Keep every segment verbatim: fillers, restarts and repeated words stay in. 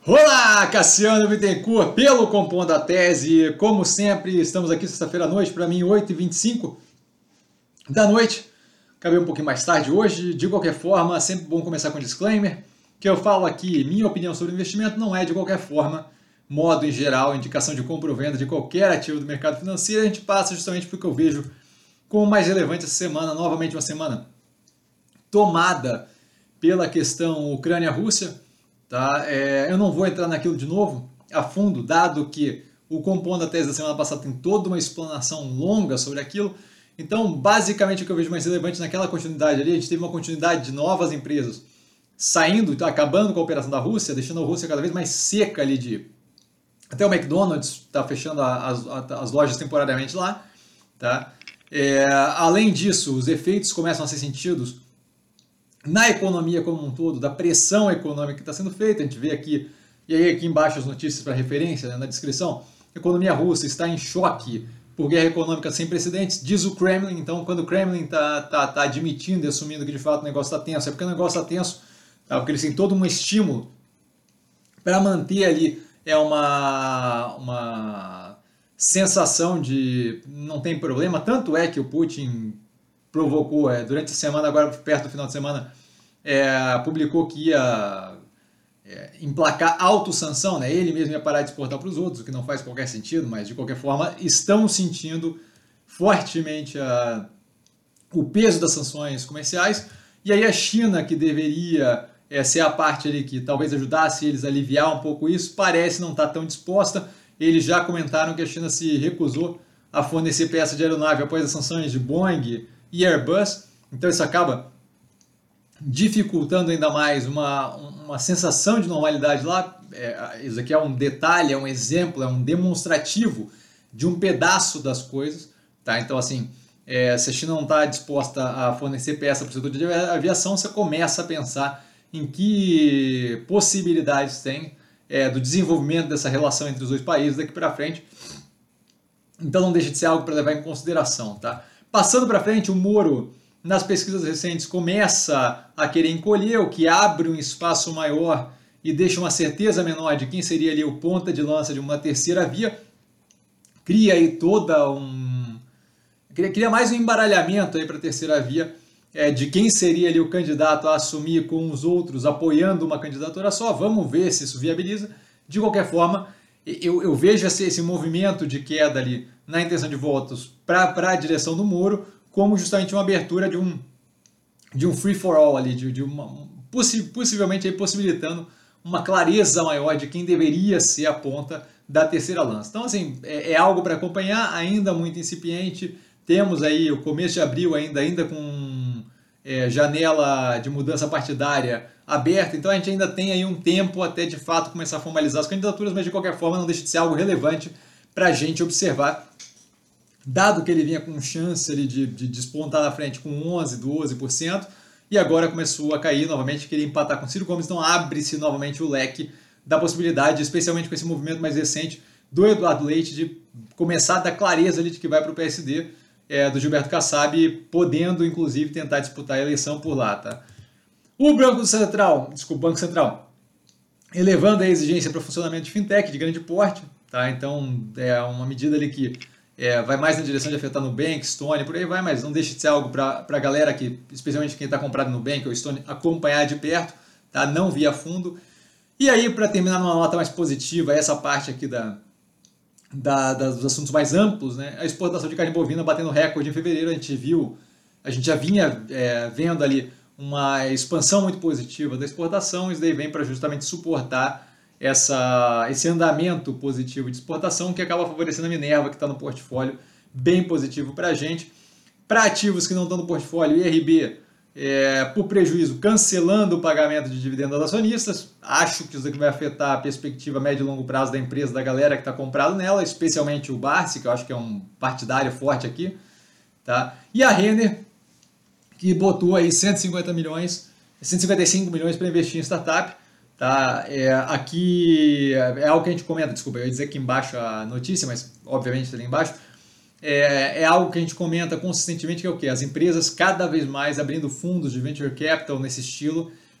Olá, Cassiano Bittencourt, pelo Compondo a Tese. Como sempre, estamos aqui sexta-feira à noite, para mim, oito e vinte e cinco da noite. Acabei um pouquinho mais tarde hoje. De qualquer forma, sempre bom começar com um disclaimer, que eu falo aqui, minha opinião sobre investimento não é, de qualquer forma, modo em geral, indicação de compra ou venda de qualquer ativo do mercado financeiro. A gente passa justamente porque eu vejo como mais relevante essa semana, novamente uma semana tomada pela questão Ucrânia-Rússia. Tá? É, eu não vou entrar naquilo de novo a fundo, dado que o Compondo a Tese da semana passada tem toda uma explanação longa sobre aquilo. Então, basicamente, o que eu vejo mais relevante naquela continuidade ali, a gente teve uma continuidade de novas empresas saindo, acabando com a operação da Rússia, deixando a Rússia cada vez mais seca ali de... Até o McDonald's está fechando as, as lojas temporariamente lá. Tá? É, além disso, os efeitos começam a ser sentidos na economia como um todo, da pressão econômica que está sendo feita. A gente vê aqui, e aí aqui embaixo as notícias para referência, né, na descrição, a economia russa está em choque por guerra econômica sem precedentes, diz o Kremlin. Então, quando o Kremlin está tá, tá admitindo e assumindo que de fato o negócio está tenso, é porque o negócio está tenso, tá? Porque eles têm todo um estímulo para manter ali é uma, uma sensação de não tem problema. Tanto é que o Putin provocou, é, durante a semana, agora perto do final de semana, é, publicou que ia é, emplacar autossanção, né? Ele mesmo ia parar de exportar para os outros, o que não faz qualquer sentido, mas de qualquer forma estão sentindo fortemente a, o peso das sanções comerciais. E aí a China, que deveria é, ser a parte ali que talvez ajudasse eles a aliviar um pouco isso, parece não estar tão disposta. Eles já comentaram que a China se recusou a fornecer peça de aeronave após as sanções de Boeing e Airbus. Então isso acaba dificultando ainda mais uma, uma sensação de normalidade lá. É, isso aqui é um detalhe, é um exemplo, é um demonstrativo de um pedaço das coisas. Tá? Então, assim, é, se a China não está disposta a fornecer peça para o setor de aviação, você começa a pensar em que possibilidades tem é, do desenvolvimento dessa relação entre os dois países daqui para frente. Então não deixa de ser algo para levar em consideração. Tá? Passando para frente, o Moro, nas pesquisas recentes, começa a querer encolher, o que abre um espaço maior e deixa uma certeza menor de quem seria ali o ponta de lança de uma terceira via. Cria aí toda um... Cria mais um embaralhamento aí para a terceira via, é, de quem seria ali o candidato a assumir com os outros, apoiando uma candidatura só. Vamos ver se isso viabiliza. De qualquer forma, eu, eu vejo esse, esse movimento de queda ali na intenção de votos para a direção do Moro como justamente uma abertura de um, de um free-for-all ali, de, de uma, possi possivelmente aí possibilitando uma clareza maior de quem deveria ser a ponta da terceira lança. Então, assim, é, é algo para acompanhar, ainda muito incipiente. Temos aí o começo de abril ainda, ainda com é, janela de mudança partidária aberta, então a gente ainda tem aí um tempo até de fato começar a formalizar as candidaturas, mas de qualquer forma não deixa de ser algo relevante para a gente observar, dado que ele vinha com chance ali de, de despontar na frente com onze, doze por cento, e agora começou a cair novamente, queria empatar com Ciro Gomes, então abre-se novamente o leque da possibilidade, especialmente com esse movimento mais recente do Eduardo Leite, de começar a dar clareza ali de que vai para o P S D, é, do Gilberto Kassab, podendo inclusive tentar disputar a eleição por lá. Tá? O Banco Central, desculpa, Banco Central, elevando a exigência para o funcionamento de fintech de grande porte, tá? Então é uma medida ali que é, vai mais na direção de afetar Nubank, Stone, por aí vai, mas não deixa de ser algo para a galera que, especialmente quem está comprado no Nubank ou Stone, acompanhar de perto, tá? Não via fundo. E aí, para terminar numa nota mais positiva, essa parte aqui da, da, dos assuntos mais amplos, né? A exportação de carne bovina batendo recorde em fevereiro, a gente viu, a gente já vinha é, vendo ali uma expansão muito positiva da exportação, isso daí vem para justamente suportar essa, esse andamento positivo de exportação que acaba favorecendo a Minerva, que está no portfólio, bem positivo para a gente. Para ativos que não estão no portfólio, I R B, é, por prejuízo, cancelando o pagamento de dividendos aos acionistas. Acho que isso daqui vai afetar a perspectiva médio e longo prazo da empresa, da galera que está comprado nela, especialmente o Barsi, que eu acho que é um partidário forte aqui. Tá? E a Renner, que botou aí cento e cinquenta milhões, cento e cinquenta e cinco milhões para investir em startup. Tá? É, aqui é algo que a gente comenta, desculpa, eu ia dizer aqui embaixo a notícia, mas obviamente está ali embaixo. É, é algo que a gente comenta consistentemente, que é o quê? As empresas cada vez mais abrindo fundos de venture capital nesse estilo,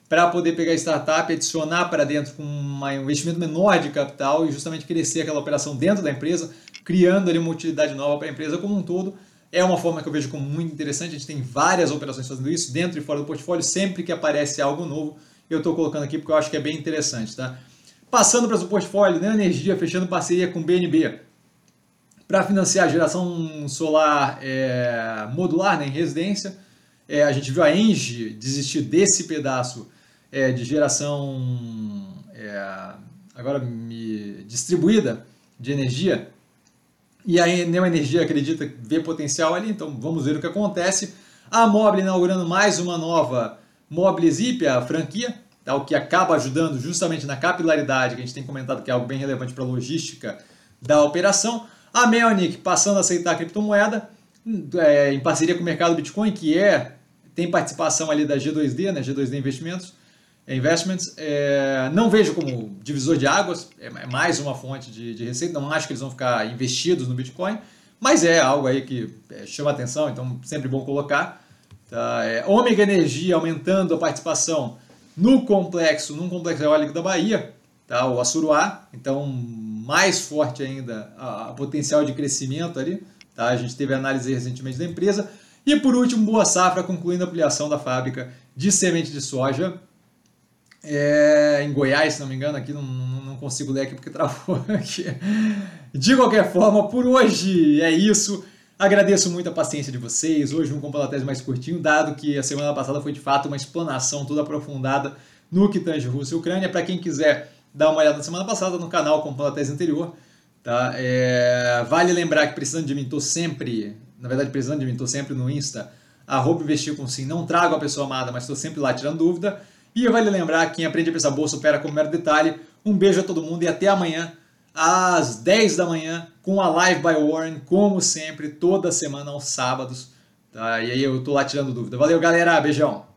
para poder pegar a startup, adicionar para dentro com um investimento menor de capital e justamente crescer aquela operação dentro da empresa, criando ali uma utilidade nova para a empresa como um todo. É uma forma que eu vejo como muito interessante, a gente tem várias operações fazendo isso, dentro e fora do portfólio, sempre que aparece algo novo, eu estou colocando aqui porque eu acho que é bem interessante. Tá? Passando para o portfólio, Neo Energia, fechando parceria com o B N B, para financiar a geração solar é, modular, né, em residência. É, a gente viu a Engie desistir desse pedaço é, de geração é, agora me, distribuída de energia, e a Neo Energia acredita ver potencial ali, então vamos ver o que acontece. A Mobile inaugurando mais uma nova Mobile Zip, a franquia, tá, o que acaba ajudando justamente na capilaridade, que a gente tem comentado que é algo bem relevante para a logística da operação. A Melnick passando a aceitar a criptomoeda, é, em parceria com o mercado Bitcoin, que é, tem participação ali da G dois D, né, G dois D Investimentos, Investments. É, não vejo como divisor de águas, é mais uma fonte de, de receita, não acho que eles vão ficar investidos no Bitcoin, mas é algo aí que é, chama atenção, então sempre bom colocar. Tá? É, Ômega Energia aumentando a participação no complexo, num complexo eólico da Bahia, tá? O Assuruá, então mais forte ainda a, a potencial de crescimento ali. Tá? A gente teve análise recentemente da empresa. E por último, Boa Safra, concluindo a ampliação da fábrica de semente de soja é, em Goiás, se não me engano, aqui não, não, não consigo ler aqui porque travou aqui. De qualquer forma, por hoje é isso. Agradeço muito a paciência de vocês. Hoje um Compõe da Tese mais curtinho, dado que a semana passada foi de fato uma explanação toda aprofundada no que tange Rússia e Ucrânia. Para quem quiser dar uma olhada na semana passada no canal Compõe da Tese anterior. Tá? É, vale lembrar que precisando de mim, estou sempre, na verdade precisando de mim, estou sempre no Insta, arroba investir com sim, não trago a pessoa amada, mas estou sempre lá tirando dúvida. E vale lembrar que quem aprende a pensar bolsa opera com mero detalhe. Um beijo a todo mundo e até amanhã, às dez da manhã, com a Live by Warren, como sempre, toda semana aos sábados. Tá? E aí eu estou lá tirando dúvida. Valeu, galera. Beijão.